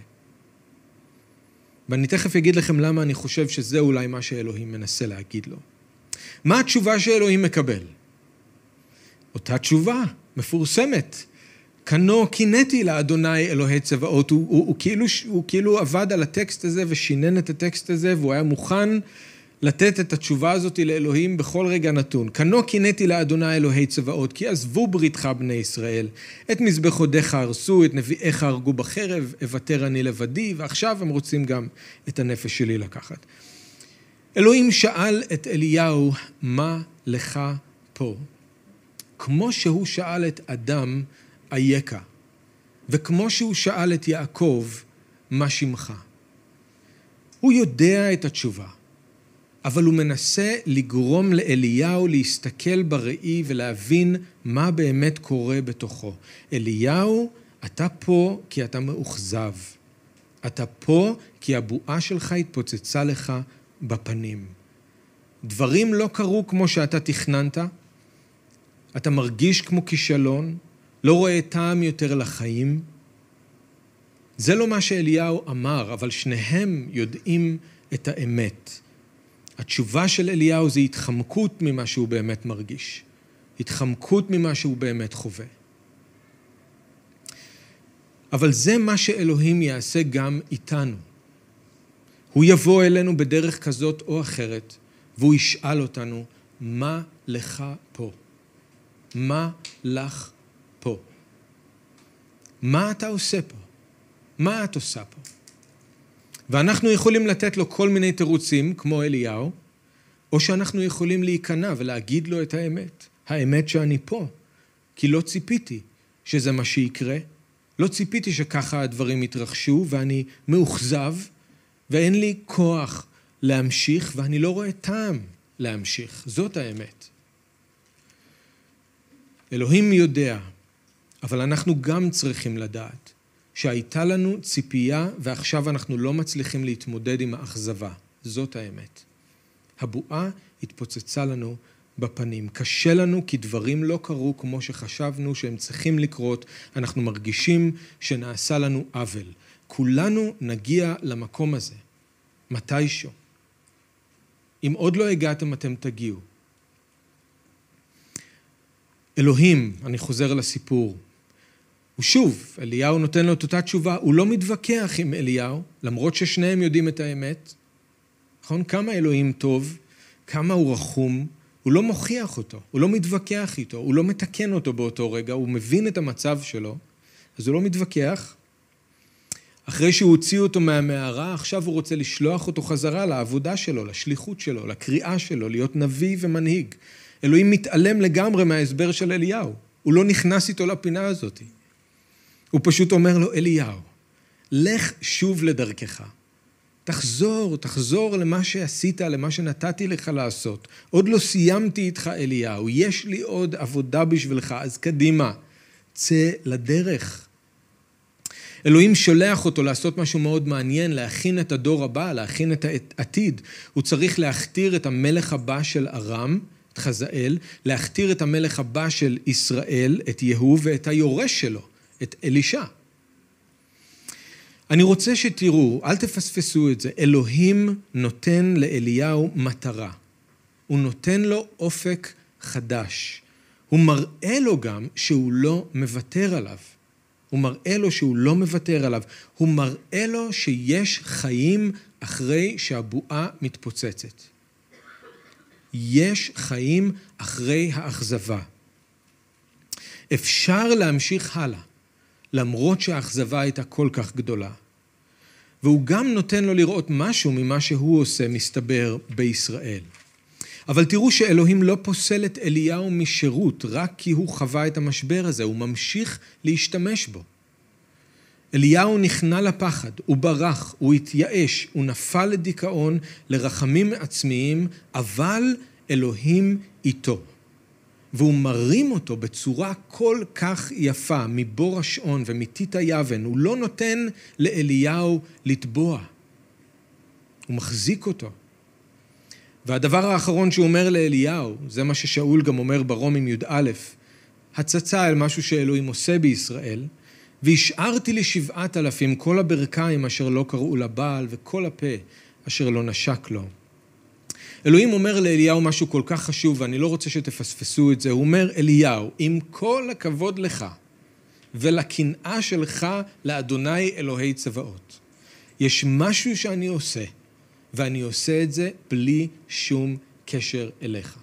ואני תכף אגיד לכם למה אני חושב שזה אולי מה שאלוהים מנסה להגיד לו. מה התשובה שאלוהים מקבל? אותה תשובה מפורסמת. כנו קינאתי לאדוני אלוהי צבאות. הוא, הוא, הוא, כאילו, הוא כאילו עבד על הטקסט הזה ושינן את הטקסט הזה, והוא היה מוכן לתת את התשובה הזאת לאלוהים בכל רגע נתון. כנו קינאתי לאדוני אלוהי צבאות, כי עזבו בריתך בני ישראל. את מזבחותיך הרסו, את נביאיך הרגו בחרב, אוותר אני לבדי, ועכשיו הם רוצים גם את הנפש שלי לקחת. אלוהים שאל את אליהו, מה לך פה? כמו שהוא שאל את אדם, אייכה. וכמו שהוא שאל את יעקב, מה שמך? הוא יודע את התשובה. אבל הוא מנסה לגרום לאליהו להסתכל בראי ולהבין מה באמת קורה בתוכו. אליהו, אתה פה כי אתה מאוכזב. אתה פה כי הבועה שלך התפוצצה לך בפנים. דברים לא קרו כמו שאתה תכננת. אתה מרגיש כמו כישלון, לא רואה טעם יותר לחיים. זה לא מה שאליהו אמר, אבל שניהם יודעים את האמת. התשובה של אליהו זה התחמקות ממה שהוא באמת מרגיש. התחמקות ממה שהוא באמת חווה. אבל זה מה שאלוהים יעשה גם איתנו. הוא יבוא אלינו בדרך כזאת או אחרת, והוא ישאל אותנו, מה לך פה? מה לך פה? מה אתה עושה פה? מה את עושה פה? ואנחנו יכולים לתת לו כל מיני תירוצים, כמו אליהו, או שאנחנו יכולים להיכנע ולהגיד לו את האמת. האמת שאני פה, כי לא ציפיתי שזה מה שיקרה. לא ציפיתי שככה הדברים יתרחשו, ואני מאוכזב, ואין לי כוח להמשיך, ואני לא רואה טעם להמשיך. זאת האמת. אלוהים יודע, אבל אנחנו גם צריכים לדעת, שהייתה לנו ציפייה ועכשיו אנחנו לא מצליחים להתמודד עם האכזבה. זאת האמת. הבועה התפוצצה לנו בפנים. קשה לנו כי דברים לא קרו כמו שחשבנו שהם צריכים לקרות. אנחנו מרגישים שנעשה לנו עוול. כולנו נגיע למקום הזה. מתישהו. אם עוד לא הגעתם אתם תגיעו. אלוהים, אני חוזר לסיפור. ושוב, אליהו נותן לו את אותה תשובה, הוא לא מתווכח עם אליהו, למרות ששניהם יודעים את האמת. נכון? כמה אלוהים טוב, כמה הוא רחום, הוא לא מוכיח אותו, הוא לא מתווכח איתו, הוא לא מתקן אותו באותו רגע, הוא מבין את המצב שלו, אז הוא לא מתווכח. אחרי שהוא הוציא אותו מהמערה, עכשיו הוא רוצה לשלוח אותו חזרה לעבודה שלו, לשליחות שלו, לקריאה שלו, להיות נביא ומנהיג. אלוהים מתעלם לגמרי מההסבר של אליהו, הוא לא נכנס איתו לפינה הזאת. הוא פשוט אומר לו, אליהו, לך שוב לדרכך. תחזור, תחזור למה שעשית, למה שנתתי לך לעשות. עוד לא סיימתי איתך, אליהו. יש לי עוד עבודה בשבילך, אז קדימה. צא לדרך. אלוהים שולח אותו לעשות משהו מאוד מעניין, להכין את הדור הבא, להכין את העתיד. הוא צריך להכתיר את המלך הבא של ארם, את חזאל, להכתיר את המלך הבא של ישראל, את יהוא, ואת היורש שלו. את אלישע. אני רוצה שתראו, אל תפספסו את זה, אלוהים נותן לאליהו מטרה. הוא נותן לו אופק חדש. הוא מראה לו גם שהוא לא מוותר עליו. הוא מראה לו שהוא לא מוותר עליו. הוא מראה לו שיש חיים אחרי שהבועה מתפוצצת. יש חיים אחרי האכזבה. אפשר להמשיך הלאה. למרות שהאכזבה הייתה כל כך גדולה. והוא גם נותן לו לראות משהו ממה שהוא עושה, מסתבר, בישראל. אבל תראו שאלוהים לא פוסל את אליהו משירות, רק כי הוא חווה את המשבר הזה, הוא ממשיך להשתמש בו. אליהו נכנע לפחד, הוא ברח, הוא התייאש, הוא נפל לדיכאון, לרחמים עצמיים, אבל אלוהים איתו. והוא מרים אותו בצורה כל כך יפה, מבור השעון ומטיט היבן. הוא לא נותן לאליהו לטבוע. הוא מחזיק אותו. והדבר האחרון שהוא אומר לאליהו, זה מה ששאול גם אומר ברומים י"א, הצצה אל משהו שאלוהים עושה בישראל, והשארתי לשבעת אלפים כל הברכיים אשר לא קראו לבעל, וכל הפה אשר לא נשק לו. אלוהים אומר לאליהו משהו כל כך חשוב, ואני לא רוצה שתפספסו את זה. הוא אומר, אליהו, עם כל הכבוד לך ולקנאה שלך לאדוני אלוהי צבאות, יש משהו שאני עושה, ואני עושה את זה בלי שום קשר אליך.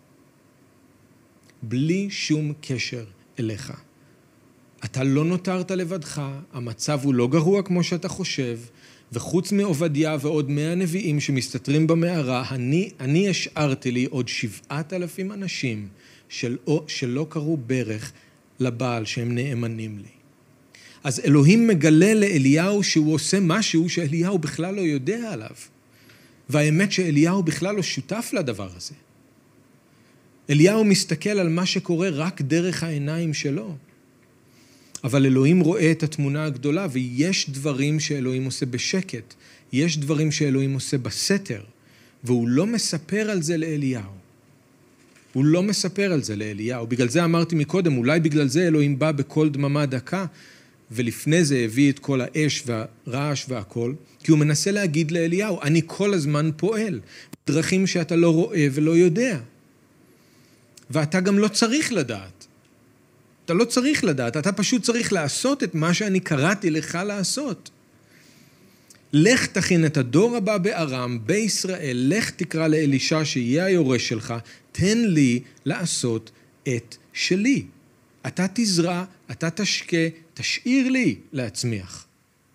בלי שום קשר אליך. אתה לא נותרת לבדך, המצב הוא לא גרוע כמו שאתה חושב, וחוץ מעובדיה ועוד מאה נביאים שמסתתרים במערה, אני, אני השארתי לי עוד שבעת אלפים אנשים של, שלא קראו ברך לבעל שהם נאמנים לי. אז אלוהים מגלה לאליהו שהוא עושה משהו שאליהו בכלל לא יודע עליו. והאמת שאליהו בכלל לא שותף לדבר הזה. אליהו מסתכל על מה שקורה רק דרך העיניים שלו. אבל אלוהים רואה את התמונה הגדולה, ויש דברים שאלוהים עושה בשקט. יש דברים שאלוהים עושה בסתר, והוא לא מספר על זה לאליהו. הוא לא מספר על זה לאליהו. בגלל זה אמרתי מקודם, אולי בגלל זה אלוהים בא בכל דממה דקה, ולפני זה הביא את כל האש והרעש והכל, כי הוא מנסה להגיד לאליהו, אני כל הזמן פועל, בדרכים שאתה לא רואה ולא יודע. ואתה גם לא צריך לדעת. אתה לא צריך לדעת, אתה פשוט צריך לעשות את מה שאני קראתי לך לעשות. לך תכין את הדור הבא בארם, בישראל, לך תקרא לאלישע שיהיה היורש שלך, תן לי לעשות את שלי. אתה תזרע, אתה תשקה, תשאיר לי להצמיח.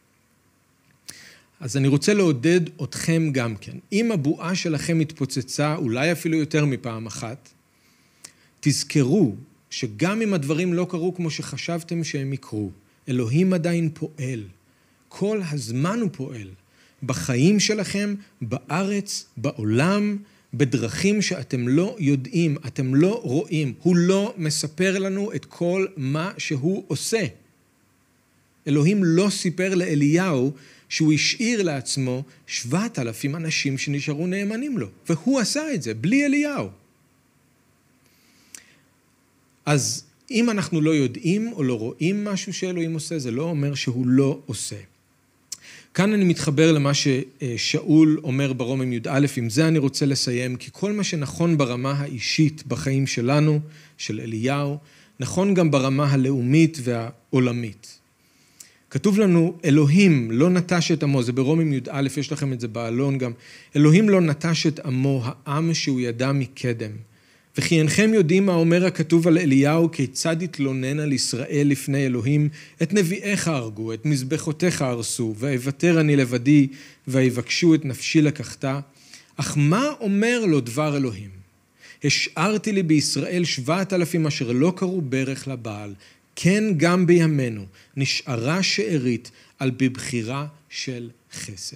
אז אני רוצה לעודד אתכם גם כן. אם הבועה שלכם מתפוצצה, אולי אפילו יותר מפעם אחת, תזכרו שגם אם הדברים לא קרו כמו שחשבתם שהם יקרו, אלוהים עדיין פועל. כל הזמן הוא פועל. בחיים שלכם, בארץ, בעולם, בדרכים שאתם לא יודעים, אתם לא רואים. הוא לא מספר לנו את כל מה שהוא עושה. אלוהים לא סיפר לאליהו שהוא השאיר לעצמו שבעת אלפים אנשים שנשארו נאמנים לו. והוא עשה את זה, בלי אליהו. אז אם אנחנו לא יודעים או לא רואים משהו שאלוהים עושה, זה לא אומר שהוא לא עושה. כאן אני מתחבר למה ששאול אומר ברומם י"א, עם זה אני רוצה לסיים, כי כל מה שנכון ברמה האישית בחיים שלנו, של אליהו, נכון גם ברמה הלאומית והעולמית. כתוב לנו, אלוהים לא נטש את עמו, זה ברומם י"א, יש לכם את זה בעלון גם, אלוהים לא נטש את עמו, העם שהוא ידע מקדם. וכי אינכם יודעים מה אומר הכתוב על אליהו, כיצד התלונן על ישראל לפני אלוהים, את נביאיך הרגו, את מזבחותיך הרסו, ויוותר אני לבדי, ויבקשו את נפשי לקחתה. אך מה אומר לו דבר אלוהים? השארתי לי בישראל שבעת אלפים אשר לא קראו ברך לבעל, כן גם בימינו נשארה שארית על בבחירה של חסד.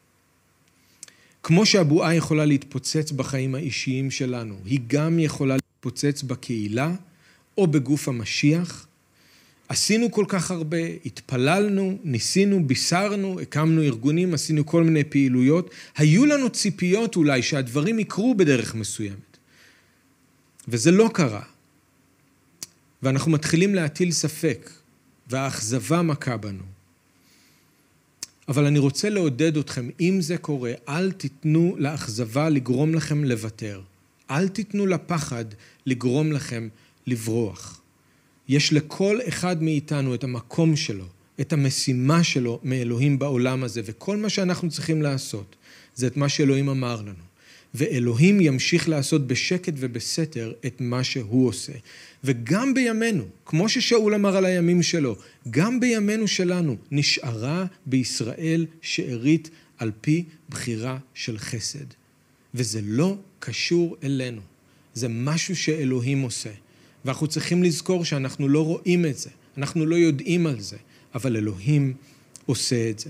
כמו שהבועה יכולה להתפוצץ בחיים האישיים שלנו, היא גם יכולה להתפוצץ בקהילה או בגוף המשיח. עשינו כל כך הרבה, התפללנו, ניסינו, בישרנו, הקמנו ארגונים, עשינו כל מיני פעילויות. היו לנו ציפיות אולי שהדברים יקרו בדרך מסוימת. וזה לא קרה. ואנחנו מתחילים להטיל ספק, והאכזבה מכה בנו. אבל אני רוצה לעודד אתכם, אם זה קורה, אל תיתנו לאכזבה לגרום לכם לוותר. אל תיתנו לפחד לגרום לכם לברוח. יש לכל אחד מאיתנו את המקום שלו, את המשימה שלו מאלוהים בעולם הזה, וכל מה שאנחנו צריכים לעשות, זה את מה שאלוהים אמר לנו. ואלוהים ימשיך לעשות בשקט ובסתר את מה שהוא עושה. וגם בימינו, כמו ששאול אמר על הימים שלו, גם בימינו שלנו נשארה בישראל שארית על פי בחירה של חסד. וזה לא קשור אלינו. זה משהו שאלוהים עושה. ואנחנו צריכים לזכור שאנחנו לא רואים את זה. אנחנו לא יודעים על זה. אבל אלוהים עושה את זה.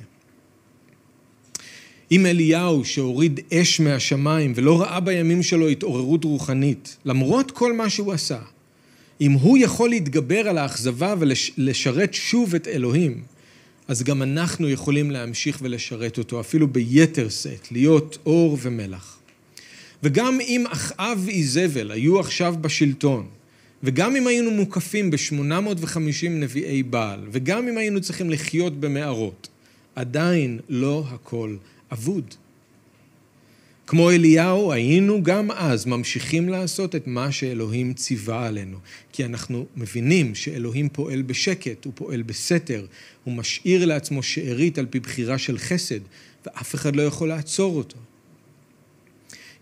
אם אליהו שהוריד אש מהשמיים ולא ראה בימים שלו התעוררות רוחנית, למרות כל מה שהוא עשה, אם הוא יכול להתגבר על האכזבה ולשרת שוב את אלוהים, אז גם אנחנו יכולים להמשיך ולשרת אותו, אפילו ביתר שאת, להיות אור ומלח. וגם אם אחאב ואיזבל היו עכשיו בשלטון, וגם אם היינו מוקפים ב-שמונה מאות וחמישים נביאי בעל, וגם אם היינו צריכים לחיות במערות, עדיין לא הכל אבוד. כמו אליהו, היינו גם אז ממשיכים לעשות את מה שאלוהים ציווה עלינו. כי אנחנו מבינים שאלוהים פועל בשקט, הוא פועל בסתר, הוא משאיר לעצמו שארית על פי בחירה של חסד, ואף אחד לא יכול לעצור אותו.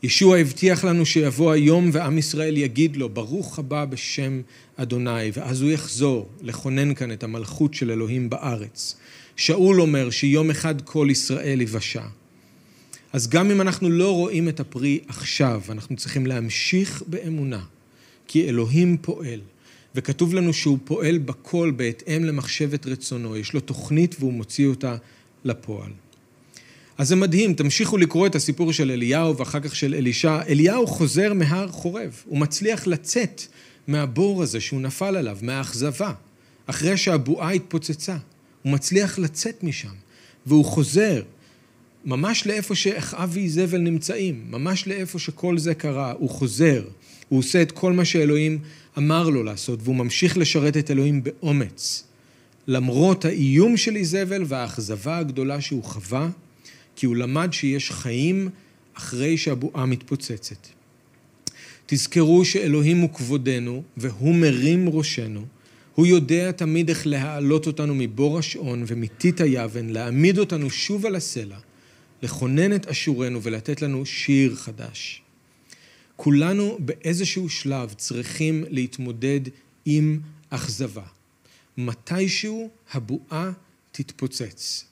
ישוע הבטיח לנו שיבוא היום ועם ישראל יגיד לו, ברוך הבא בשם אדוני, ואז הוא יחזור לכונן כאן את המלכות של אלוהים בארץ. שאול אומר שיום אחד כל ישראל יבשע. אז גם אם אנחנו לא רואים את הפרי עכשיו, אנחנו צריכים להמשיך באמונה, כי אלוהים פועל, וכתוב לנו שהוא פועל בכל בהתאם למחשבת רצונו, יש לו תוכנית והוא מוציא אותה לפועל. אז זה מדהים, תמשיכו לקרוא את הסיפור של אליהו ואחר כך של אלישע. אליהו חוזר מהר חורב, הוא מצליח לצאת מהבור הזה שהוא נפל עליו, מהאכזבה, אחרי שהבועה התפוצצה. הוא מצליח לצאת משם, והוא חוזר ממש לאיפה שאחאב ואיזבל נמצאים, ממש לאיפה שכל זה קרה, הוא חוזר, הוא עושה את כל מה שאלוהים אמר לו לעשות, והוא ממשיך לשרת את אלוהים באומץ, למרות האיום של איזבל והאכזבה הגדולה שהוא חווה, כי הוא למד שיש חיים אחרי שהבועה מתפוצצת. תזכרו שאלוהים הוא כבודנו, והוא מרים ראשנו, הוא יודע תמיד איך להעלות אותנו מבור השעון ומתית היוון, להעמיד אותנו שוב על הסלע, לכונן את אשורנו ולתת לנו שיר חדש. כולנו באיזשהו שלב צריכים להתמודד עם אכזבה. מתישהו הבועה תתפוצץ.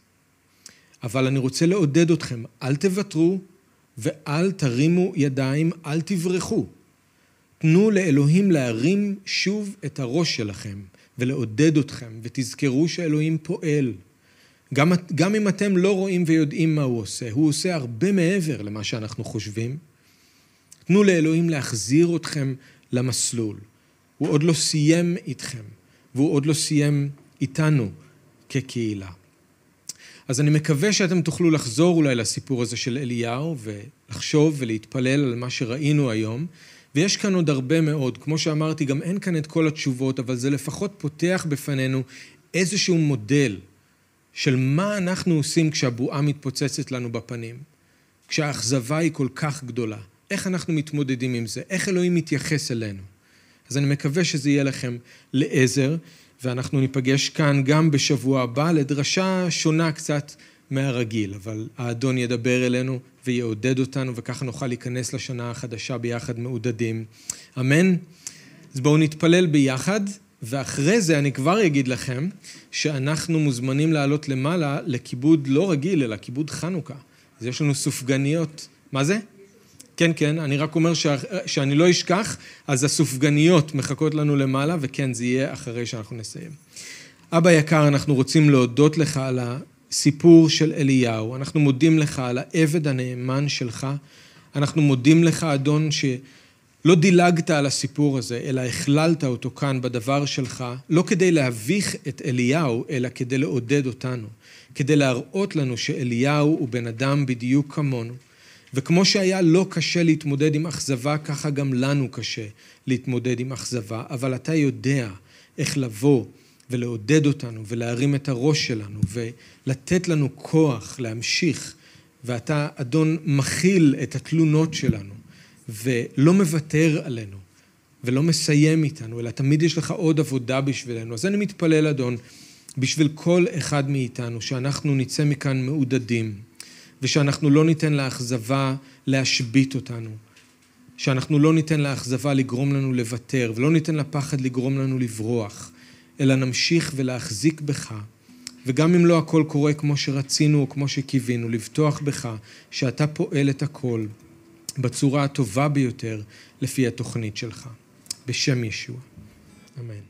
אבל אני רוצה לעודד אתכם, אל תוותרו ואל תרימו ידיים, אל תברחו. תנו לאלוהים להרים שוב את הראש שלכם ולעודד אתכם, ותזכרו שאלוהים פועל. גם, גם אם אתם לא רואים ויודעים מה הוא עושה, הוא עושה הרבה מעבר למה שאנחנו חושבים. תנו לאלוהים להחזיר אתכם למסלול. הוא עוד לא סיים איתכם, והוא עוד לא סיים איתנו כקהילה. אז אני מקווה שאתם תוכלו לחזור אולי לסיפור הזה של אליהו, ולחשוב ולהתפלל על מה שראינו היום, ויש כאן עוד הרבה מאוד, כמו שאמרתי, גם אין כאן את כל התשובות, אבל זה לפחות פותח בפנינו איזשהו מודל של מה אנחנו עושים כשהבועה מתפוצצת לנו בפנים, כשהאכזבה היא כל כך גדולה. איך אנחנו מתמודדים עם זה? איך אלוהים מתייחס אלינו? אז אני מקווה שזה יהיה לכם לעזר, ואנחנו ניפגש כאן גם בשבוע הבא לדרשה שונה קצת מהרגיל, אבל האדון ידבר אלינו ויעודד אותנו, וככה נוכל להיכנס לשנה החדשה ביחד מעודדים. אמן? אז בואו נתפלל ביחד, ואחרי זה אני כבר אגיד לכם שאנחנו מוזמנים לעלות למעלה לכיבוד לא רגיל, אלא כיבוד חנוכה. אז יש לנו סופגניות. מה זה? כן, כן, אני רק אומר שה, שאני לא אשכח, אז הסופגניות מחכות לנו למעלה, וכן, זה יהיה אחרי שאנחנו נסיים. אבא יקר, אנחנו רוצים להודות לך על הסיפור של אליהו, אנחנו מודים לך על העבד הנאמן שלך, אנחנו מודים לך, אדון, שלא דילגת על הסיפור הזה, אלא הכללת אותו כאן בדבר שלך, לא כדי להביך את אליהו, אלא כדי לעודד אותנו, כדי להראות לנו שאליהו הוא בן אדם בדיוק כמונו, וכמו שהיה לא קשה להתמודד עם אכזבה, ככה גם לנו קשה להתמודד עם אכזבה, אבל אתה יודע איך לבוא ולעודד אותנו ולהרים את הראש שלנו ולתת לנו כוח להמשיך, ואתה, אדון, מכיל את התלונות שלנו ולא מוותר עלינו ולא מסיים איתנו, אלא תמיד יש לך עוד עבודה בשבילנו. אז אני מתפלל, אדון, בשביל כל אחד מאיתנו, שאנחנו נצא מכאן מעודדים, ושאנחנו לא ניתן לאכזבה להשבית אותנו, שאנחנו לא ניתן לאכזבה לגרום לנו לוותר, ולא ניתן לפחד לגרום לנו לברוח, אלא נמשיך ולהחזיק בך, וגם אם לא הכל קורה כמו שרצינו או כמו שקיווינו, לבטוח בך שאתה פועל את הכל בצורה הטובה ביותר לפי התוכנית שלך. בשם ישוע. אמן.